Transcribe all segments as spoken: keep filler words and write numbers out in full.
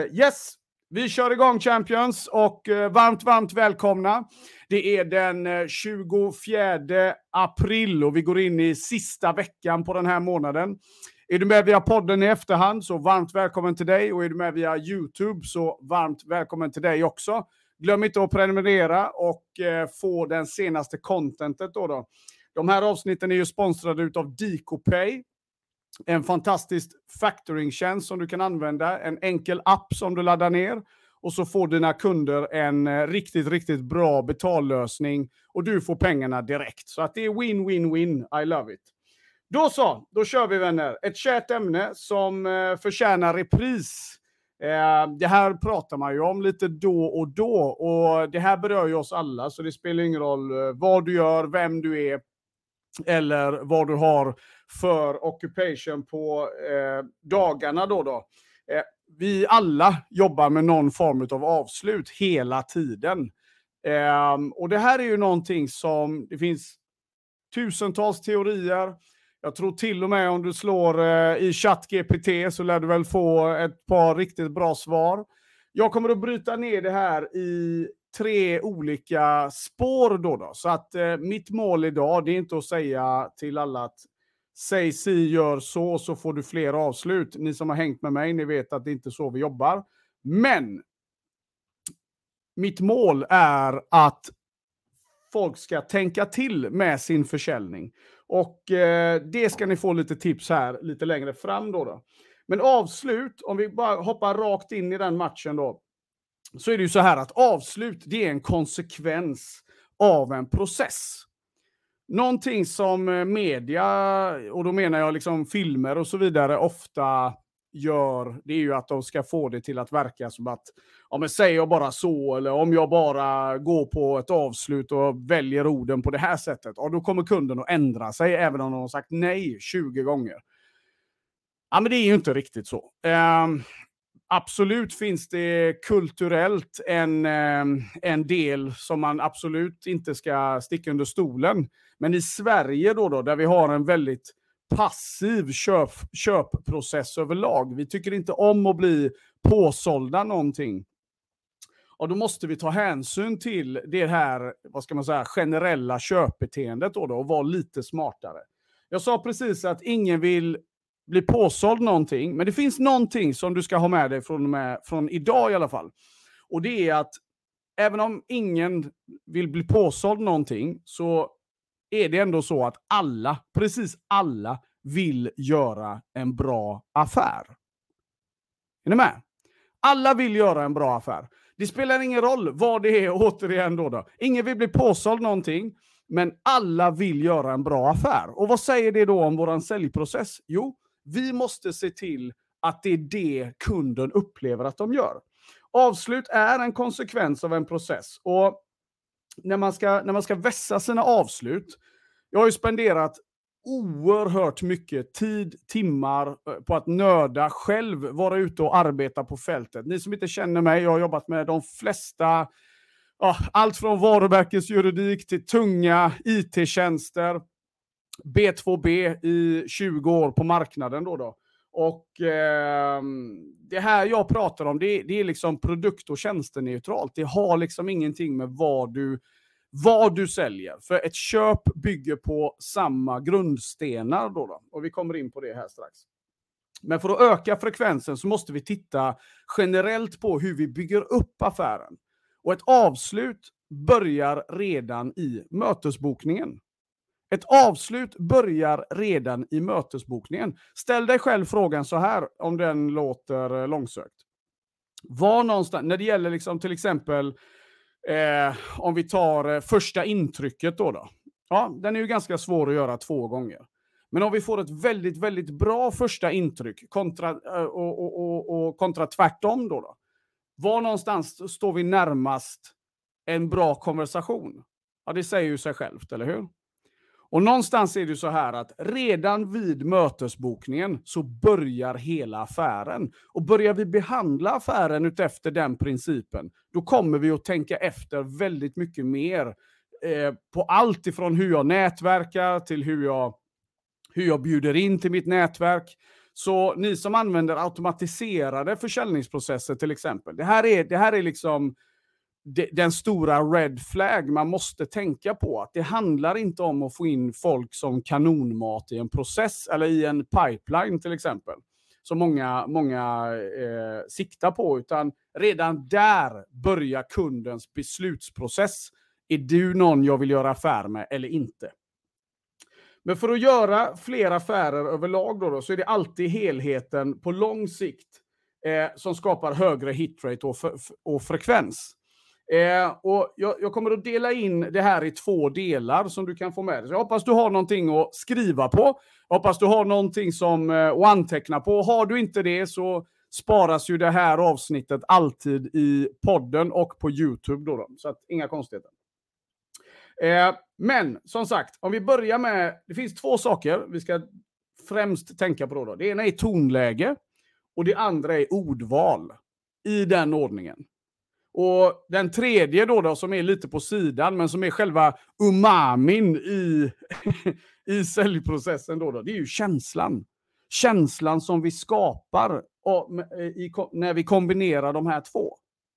Yes, vi kör igång Champions och eh, varmt, varmt välkomna. Det är den eh, tjugofjärde april och vi går in i sista veckan på den här månaden. Är du med via podden i efterhand så varmt välkommen till dig, och är du med via YouTube så varmt välkommen till dig också. Glöm inte att prenumerera och eh, få den senaste contentet då, då. De här avsnitten är ju sponsrade utav DicoPay. En fantastisk factoringtjänst som du kan använda. En enkel app som du laddar ner. Och så får dina kunder en eh, riktigt, riktigt bra betallösning. Och du får pengarna direkt. Så att det är win-win-win. I love it. Då så, då kör vi vänner. Ett kärt ämne som eh, förtjänar repris. Eh, det här pratar man ju om lite då och då. Och det här berör ju oss alla. Så det spelar ingen roll eh, vad du gör, vem du är. Eller vad du har för occupation på eh, dagarna då då. Eh, vi alla jobbar med någon form av avslut hela tiden. Eh, och det här är ju någonting som, det finns tusentals teorier. Jag tror till och med om du slår eh, i ChatGPT så lär du väl få ett par riktigt bra svar. Jag kommer att bryta ner det här i tre olika spår då då. Så att eh, mitt mål idag, det är inte att säga till alla att säg si, gör så, så får du fler avslut. Ni som har hängt med mig, ni vet att det inte är så vi jobbar. Men mitt mål är att folk ska tänka till med sin försäljning. Och eh, det ska ni få lite tips här lite längre fram då då. Men avslut, om vi bara hoppar rakt in i den matchen då. Så är det ju så här att avslut, det är en konsekvens av en process. Någonting som media, och då menar jag liksom filmer och så vidare, ofta gör, det är ju att de ska få det till att verka som att, ja men säger jag bara så, eller om jag bara går på ett avslut och väljer orden på det här sättet, ja då kommer kunden att ändra sig även om de har sagt nej tjugo gånger. Ja men det är ju inte riktigt så. Um, Absolut finns det kulturellt en, en del som man absolut inte ska sticka under stolen. Men i Sverige då, då där vi har en väldigt passiv köp, köpprocess överlag. Vi tycker inte om att bli påsålda någonting. Och då måste vi ta hänsyn till det här, vad ska man säga, generella köpbeteendet då, då och vara lite smartare. Jag sa precis att ingen vill bli påsåld någonting, men det finns någonting som du ska ha med dig från, med, från idag i alla fall. Och det är att även om ingen vill bli påsåld någonting så är det ändå så att alla, precis alla vill göra en bra affär. Är ni med? Alla vill göra en bra affär. Det spelar ingen roll vad det är återigen då då. Ingen vill bli påsåld någonting, men alla vill göra en bra affär. Och vad säger det då om våran säljprocess? Jo, vi måste se till att det är det kunden upplever att de gör. Avslut är en konsekvens av en process. Och när man ska, när man ska vässa sina avslut, jag har ju spenderat oerhört mycket tid, timmar på att nörda själv, vara ute och arbeta på fältet. Ni som inte känner mig, jag har jobbat med de flesta, ja, allt från varumärkesjuridik till tunga I T-tjänster, B två B i tjugo år på marknaden då då. Och eh, det här jag pratar om, det, det är liksom produkt- och tjänsteneutralt. Det har liksom ingenting med vad du, vad du säljer. För ett köp bygger på samma grundstenar då då. Och vi kommer in på det här strax. Men för att öka frekvensen så måste vi titta generellt på hur vi bygger upp affären. Och ett avslut börjar redan i mötesbokningen. Ett avslut börjar redan i mötesbokningen. Ställ dig själv frågan så här, om den låter långsökt. Var någonstans, när det gäller liksom till exempel, eh, om vi tar eh, första intrycket då då. Ja, den är ju ganska svår att göra två gånger. Men om vi får ett väldigt, väldigt bra första intryck kontra, eh, och, och, och, och kontra tvärtom då då. Var någonstans står vi närmast en bra konversation? Ja, det säger ju sig självt, eller hur? Och någonstans är det så här att redan vid mötesbokningen så börjar hela affären. Och börjar vi behandla affären utefter den principen, då kommer vi att tänka efter väldigt mycket mer eh, på allt ifrån hur jag nätverkar till hur jag, hur jag bjuder in till mitt nätverk. Så ni som använder automatiserade försäljningsprocesser till exempel, det här är, det här är liksom de, den stora red flag man måste tänka på. Att det handlar inte om att få in folk som kanonmat i en process eller i en pipeline till exempel, som många, många eh, siktar på, utan redan där börjar kundens beslutsprocess. Är du någon jag vill göra affär med eller inte? Men för att göra fler affärer överlag då, då så är det alltid helheten på lång sikt eh, som skapar högre hitrate och, och frekvens. Eh, och jag, jag kommer att dela in det här i två delar som du kan få med dig. Så jag hoppas du har någonting att skriva på. Jag hoppas du har någonting som, eh, att anteckna på. Har du inte det så sparas ju det här avsnittet alltid i podden och på YouTube. Då då. Så att inga konstigheter. Eh, men som sagt, om vi börjar med, det finns två saker vi ska främst tänka på då. då. Det ena är tonläge och det andra är ordval i den ordningen. Och den tredje då, då som är lite på sidan men som är själva umamin i, i säljprocessen då, då, det är ju känslan. Känslan som vi skapar och, i, när vi kombinerar de här två.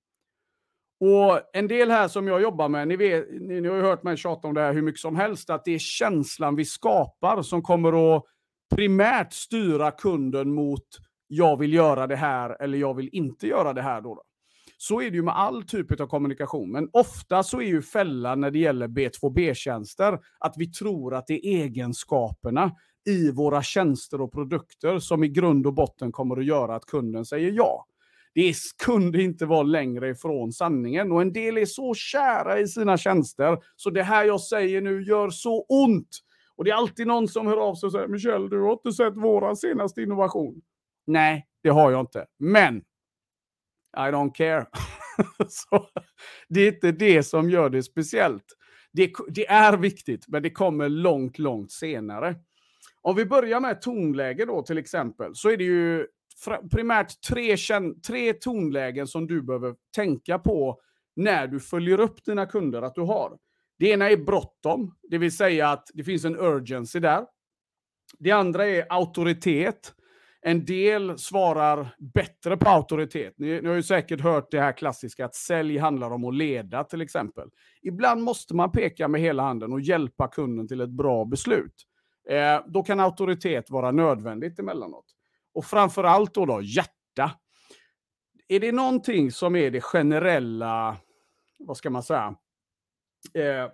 Och en del här som jag jobbar med, ni, vet, ni, ni har ju hört mig tjata om det här hur mycket som helst, att det är känslan vi skapar som kommer att primärt styra kunden mot jag vill göra det här eller jag vill inte göra det här då. då. Så är det ju med all typ av kommunikation, men ofta så är ju fällan när det gäller B två B-tjänster att vi tror att det är egenskaperna i våra tjänster och produkter som i grund och botten kommer att göra att kunden säger ja. Det kunde inte vara längre ifrån sanningen. Och en del är så kära i sina tjänster så det här jag säger nu gör så ont. Och det är alltid någon som hör av sig och säger Michel, du har inte sett våra senaste innovation. Nej, det har jag inte. Men I don't care. Så, det är inte det som gör det speciellt. Det, det är viktigt, men det kommer långt, långt senare. Om vi börjar med tonläge då till exempel, så är det ju primärt tre, tre tonlägen som du behöver tänka på när du följer upp dina kunder att du har. Det ena är bråttom, det vill säga att det finns en urgency där. Det andra är auktoritet. En del svarar bättre på auktoritet. Ni, ni har ju säkert hört det här klassiska att sälj handlar om att leda till exempel. Ibland måste man peka med hela handen och hjälpa kunden till ett bra beslut. Eh, då kan auktoritet vara nödvändigt emellanåt. Och framförallt då, då hjärta. Är det någonting som är det generella, vad ska man säga, eh,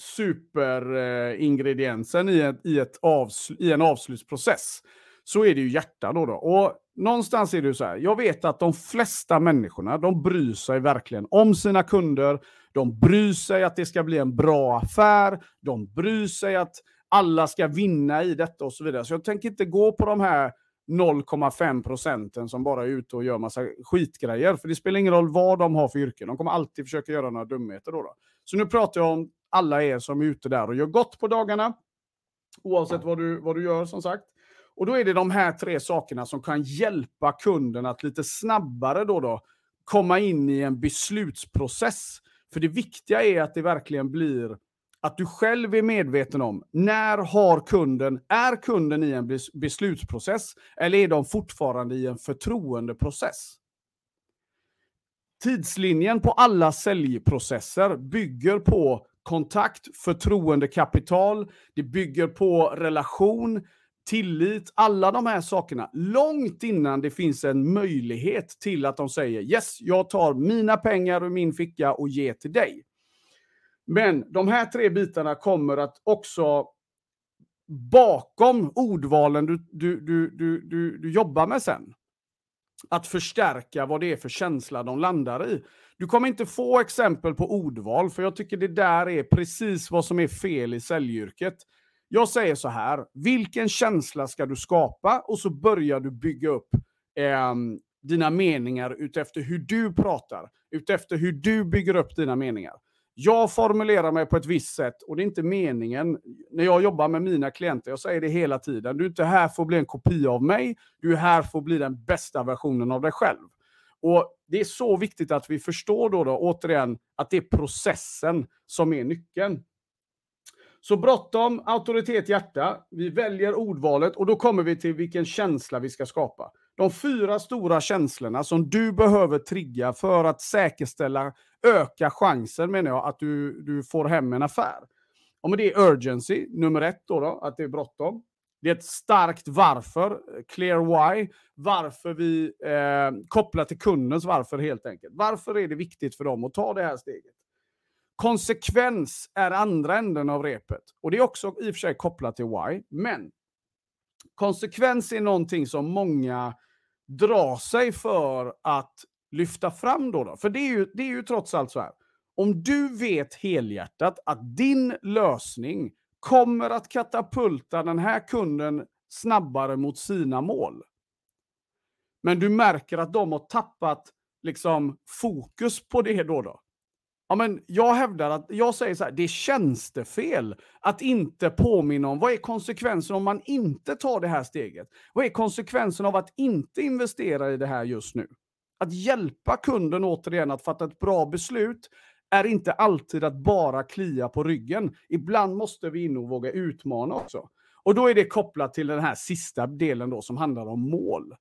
superingrediensen i, ett, i, ett avsl- i en avslutsprocess, så är det ju hjärta då, då. Och någonstans är det ju så här, jag vet att de flesta människorna, de bryr sig verkligen om sina kunder. De bryr sig att det ska bli en bra affär. De bryr sig att alla ska vinna i detta och så vidare. Så jag tänker inte gå på de här noll komma fem procenten som bara är ute och gör massa skitgrejer. För det spelar ingen roll vad de har för yrken. De kommer alltid försöka göra några dumheter då. då. Så nu pratar jag om alla er som är ute där och gör gott på dagarna. Oavsett vad du, vad du gör som sagt. Och då är det de här tre sakerna som kan hjälpa kunden att lite snabbare då då komma in i en beslutsprocess. För det viktiga är att det verkligen blir att du själv är medveten om när har kunden, är kunden i en beslutsprocess eller är de fortfarande i en förtroendeprocess? Tidslinjen på alla säljprocesser bygger på kontakt, förtroendekapital, det bygger på relation, tillit, alla de här sakerna. Långt innan det finns en möjlighet till att de säger yes, jag tar mina pengar ur min ficka och ger till dig. Men de här tre bitarna kommer att också bakom ordvalen du, du, du, du, du, du jobbar med sen. Att förstärka vad det är för känsla de landar i. Du kommer inte få exempel på ordval, för jag tycker det där är precis vad som är fel i säljyrket. Jag säger så här, vilken känsla ska du skapa? Och så börjar du bygga upp eh, dina meningar utefter hur du pratar. Utefter hur du bygger upp dina meningar. Jag formulerar mig på ett visst sätt och det är inte meningen. När jag jobbar med mina klienter, jag säger det hela tiden. Du är inte här för att bli en kopia av mig. Du är här för att bli den bästa versionen av dig själv. Och det är så viktigt att vi förstår då, då återigen att det är processen som är nyckeln. Så bråttom, auktoritet, hjärta. Vi väljer ordvalet och då kommer vi till vilken känsla vi ska skapa. De fyra stora känslorna som du behöver trigga för att säkerställa, öka chansen menar jag att du, du får hem en affär. Och det är urgency, nummer ett då, då att det är bråttom. Det är ett starkt varför, clear why, varför vi eh, kopplar till kundens varför helt enkelt. Varför är det viktigt för dem att ta det här steget? Konsekvens är andra änden av repet. Och det är också i och för sig kopplat till why. Men konsekvens är någonting som många drar sig för att lyfta fram då. då. För det är, ju, det är ju trots allt så här. Om du vet helhjärtat att din lösning kommer att katapulta den här kunden snabbare mot sina mål. Men du märker att de har tappat liksom fokus på det då då. Ja, men jag hävdar att, jag säger så här, det är tjänstefel att inte påminna om vad är konsekvensen om man inte tar det här steget. Vad är konsekvensen av att inte investera i det här just nu? Att hjälpa kunden återigen att fatta ett bra beslut är inte alltid att bara klia på ryggen. Ibland måste vi in och våga utmana också. Och då är det kopplat till den här sista delen då som handlar om mål.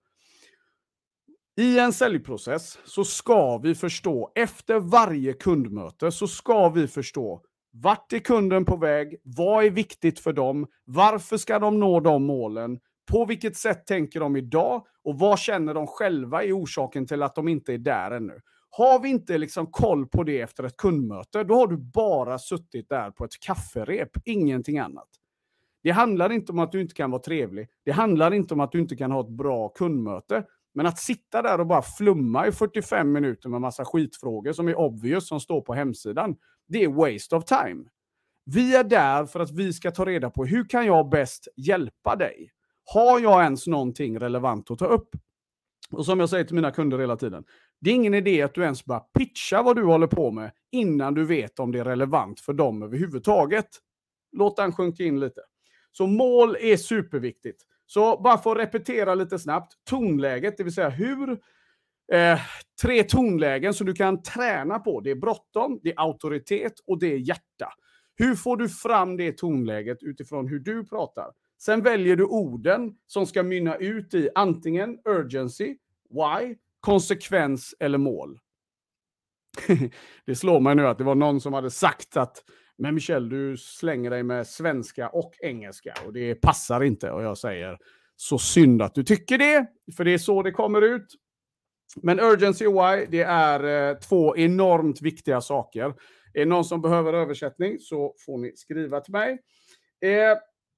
I en säljprocess så ska vi förstå, efter varje kundmöte så ska vi förstå vart är kunden på väg, vad är viktigt för dem, varför ska de nå de målen, på vilket sätt tänker de idag och vad känner de själva är orsaken till att de inte är där ännu. Har vi inte liksom koll på det efter ett kundmöte, då har du bara suttit där på ett kafferep, ingenting annat. Det handlar inte om att du inte kan vara trevlig, det handlar inte om att du inte kan ha ett bra kundmöte. Men att sitta där och bara flumma i fyrtiofem minuter med massa skitfrågor som är obvious som står på hemsidan, det är waste of time. Vi är där för att vi ska ta reda på hur kan jag bäst hjälpa dig? Har jag ens någonting relevant att ta upp? Och som jag säger till mina kunder hela tiden, det är ingen idé att du ens bara pitcha vad du håller på med innan du vet om det är relevant för dem överhuvudtaget. Låt den sjunka in lite. Så mål är superviktigt. Så bara för att repetera lite snabbt, tonläget, det vill säga hur eh, tre tonlägen som du kan träna på. Det är bråttom, det är auktoritet och det är hjärta. Hur får du fram det tonläget utifrån hur du pratar? Sen väljer du orden som ska mynna ut i antingen urgency, why, konsekvens eller mål. Det slår mig nu att det var någon som hade sagt att men Michel, du slänger dig med svenska och engelska och det passar inte. Och jag säger, så synd att du tycker det, för det är så det kommer ut. Men urgency och why, det är eh, två enormt viktiga saker. Är det någon som behöver översättning så får ni skriva till mig. Eh,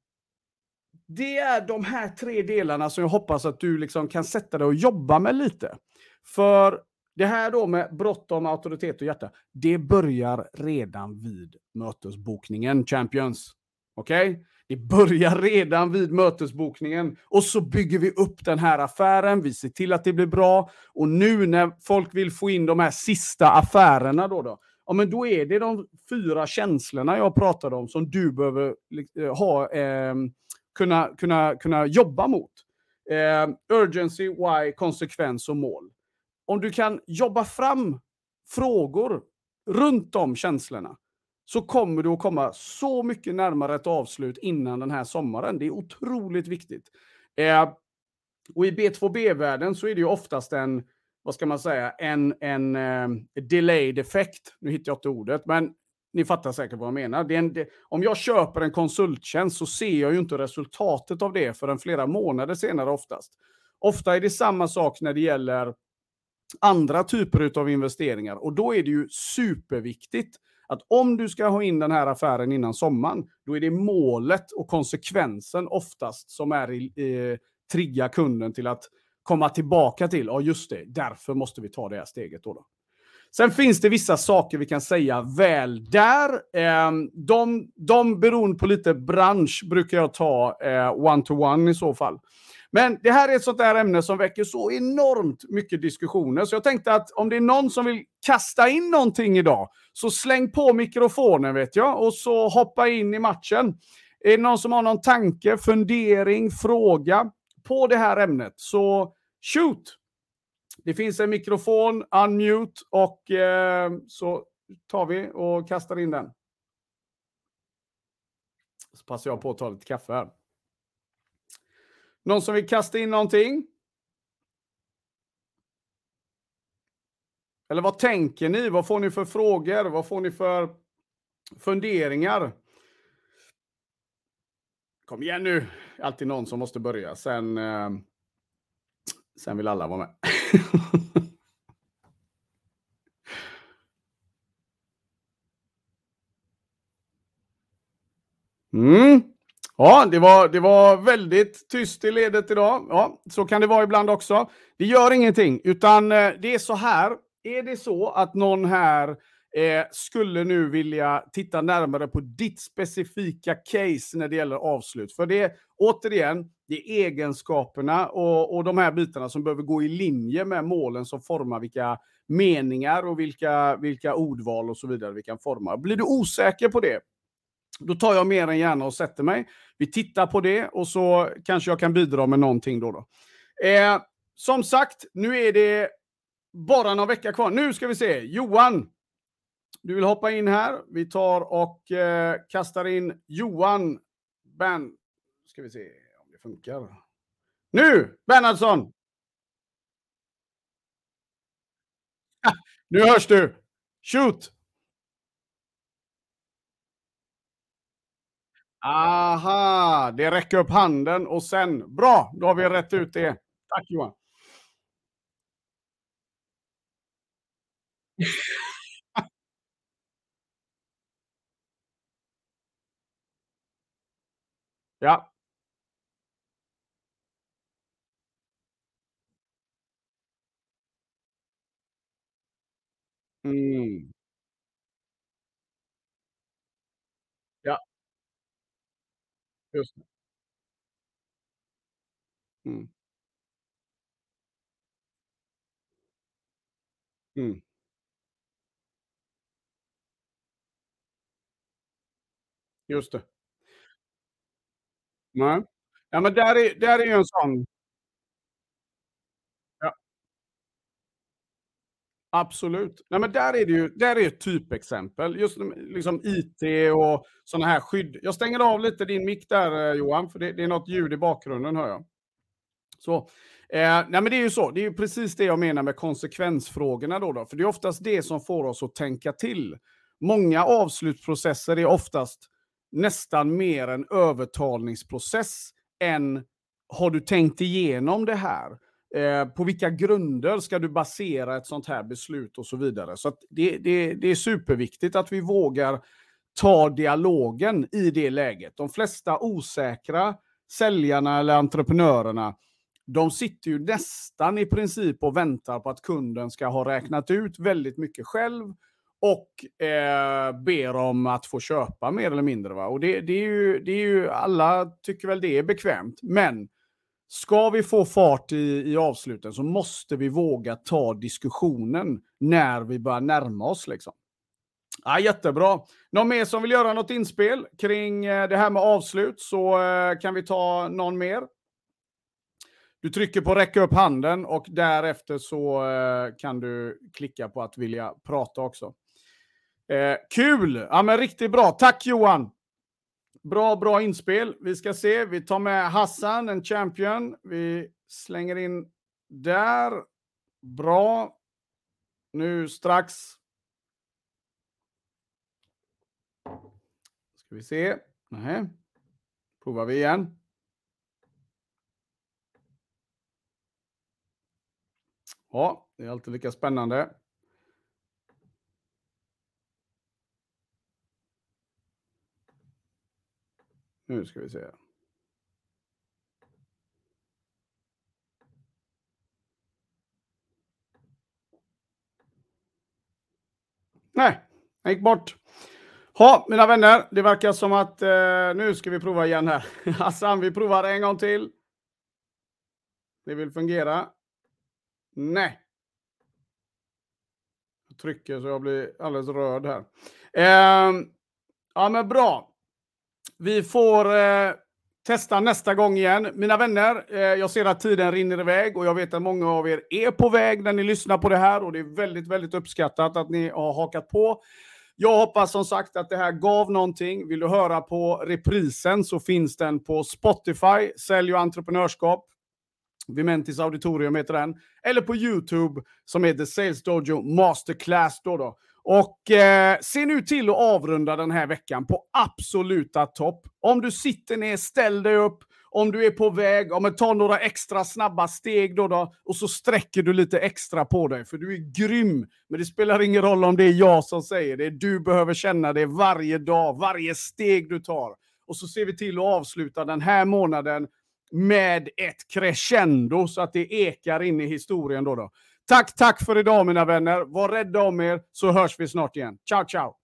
det är de här tre delarna som jag hoppas att du liksom kan sätta dig och jobba med lite. För det här då med bråttom, auktoritet och hjärta, det börjar redan vid mötesbokningen, champions. Okej? Okay? Det börjar redan vid mötesbokningen och så bygger vi upp den här affären, vi ser till att det blir bra och nu när folk vill få in de här sista affärerna då då, ja men då är det de fyra känslorna jag pratade om som du behöver ha, eh, kunna, kunna, kunna jobba mot. Eh, urgency, why, konsekvens och mål. Om du kan jobba fram frågor runt de känslorna så kommer du att komma så mycket närmare ett avslut innan den här sommaren. Det är otroligt viktigt. Eh, och i B två B-världen så är det ju oftast en, vad ska man säga, en, en eh, delayed effekt. Nu hittar jag inte ordet, men ni fattar säkert vad jag menar. Det är en, det, om jag köper en konsulttjänst så ser jag ju inte resultatet av det förrän flera månader senare oftast. Ofta är det samma sak när det gäller andra typer av investeringar. Och då är det ju superviktigt att om du ska ha in den här affären innan sommaren, då är det målet och konsekvensen oftast som är i, i, trigga kunden till att komma tillbaka till. Ja, just det. Därför måste vi ta det här steget då. då. Sen finns det vissa saker vi kan säga väl där. Eh, de, de beroende på lite bransch brukar jag ta eh, one-to-one i så fall. Men det här är ett sånt där ämne som väcker så enormt mycket diskussioner. Så jag tänkte att om det är någon som vill kasta in någonting idag, så släng på mikrofonen vet jag och så hoppa in i matchen. Är det någon som har någon tanke, fundering, fråga på det här ämnet, så shoot! Det finns en mikrofon, unmute och eh, så tar vi och kastar in den. Så passar jag på att ta lite kaffe här. Någon som vill kasta in någonting? Eller vad tänker ni? Vad får ni för frågor? Vad får ni för funderingar? Kom igen nu. Alltid någon som måste börja. Sen, eh, sen vill alla vara med. Mm. Ja, det var, det var väldigt tyst i ledet idag. Ja, så kan det vara ibland också. Det gör ingenting, utan eh, det är så här. Är det så att någon här eh, skulle nu vilja titta närmare på ditt specifika case när det gäller avslut? För det är återigen, det är egenskaperna och, och de här bitarna som behöver gå i linje med målen som formar vilka meningar och vilka, vilka ordval och så vidare vi kan forma. Blir du osäker på det? Då tar jag mer än gärna och sätter mig. Vi tittar på det och så kanske jag kan bidra med någonting då. då. Eh, som sagt, nu är det bara några veckor kvar. Nu ska vi se. Johan, du vill hoppa in här. Vi tar och eh, kastar in Johan. Ben, ska vi se om det funkar. Nu, Bernhardsson! Ah, nu hörs du. Shoot! Aha, det räcker upp handen och sen, bra, då har vi rätt ut det. Tack Johan. Ja. Mm. Ja, just det. Mm. Mm. Just det. Nej. Ja, men där är där är ju en sån. Ja, absolut. Nej, men där är det ju där är ett typexempel. Just liksom I T och såna här skydd. Jag stänger av lite din mick där, eh, Johan, för det det är något ljud i bakgrunden, hör jag. Så, eh, nej men det är ju så. Det är ju precis det jag menar med konsekvensfrågorna då, då. För det är oftast det som får oss att tänka till. Många avslutsprocesser är oftast nästan mer en övertalningsprocess än har du tänkt igenom det här? Eh, på vilka grunder ska du basera ett sånt här beslut och så vidare. Så att det, det, det är superviktigt att vi vågar ta dialogen i det läget. De flesta osäkra säljarna eller entreprenörerna, de sitter ju nästan i princip och väntar på att kunden ska ha räknat ut väldigt mycket själv och eh, ber om att få köpa mer eller mindre. Va? Och det, det, är ju, det är ju, alla tycker väl det är bekvämt, men ska vi få fart i, i avsluten så måste vi våga ta diskussionen när vi börjar närma oss. Liksom. Ja, jättebra. Någon mer som vill göra något inspel kring eh, det här med avslut, så eh, kan vi ta någon mer. Du trycker på räcka upp handen och därefter så eh, kan du klicka på att vilja prata också. Eh, kul! Ja, men riktigt bra. Tack Johan! Bra, bra inspel. Vi ska se. Vi tar med Hassan, en champion. Vi slänger in där. Bra. Nu strax. Ska vi se. Nej. Provar vi igen. Ja, det är alltid lika spännande. Nu ska vi se. Nej, jag gick bort. Ja, mina vänner, det verkar som att eh, nu ska vi prova igen här. Hassan, vi provar en gång till. Det vill fungera. Nej. Jag trycker så jag blir alldeles röd här. Eh, ja, men bra. Vi får eh, testa nästa gång igen. Mina vänner, eh, jag ser att tiden rinner iväg och jag vet att många av er är på väg när ni lyssnar på det här och det är väldigt, väldigt uppskattat att ni har hakat på. Jag hoppas som sagt att det här gav någonting. Vill du höra på reprisen så finns den på Spotify, Sälj och entreprenörskap. Vimentis Auditorium heter den. Eller på YouTube som heter Sales Dojo Masterclass då då. Och eh, se nu till att avrunda den här veckan på absoluta topp. Om du sitter ner, ställ dig upp. Om du är på väg, om du tar några extra snabba steg då då. Och så sträcker du lite extra på dig. För du är grym. Men det spelar ingen roll om det är jag som säger det. Du behöver känna det varje dag, varje steg du tar. Och så ser vi till att avsluta den här månaden med ett crescendo så att det ekar in i historien då då. Tack, tack för idag mina vänner. Var rädda om er så hörs vi snart igen. Ciao, ciao!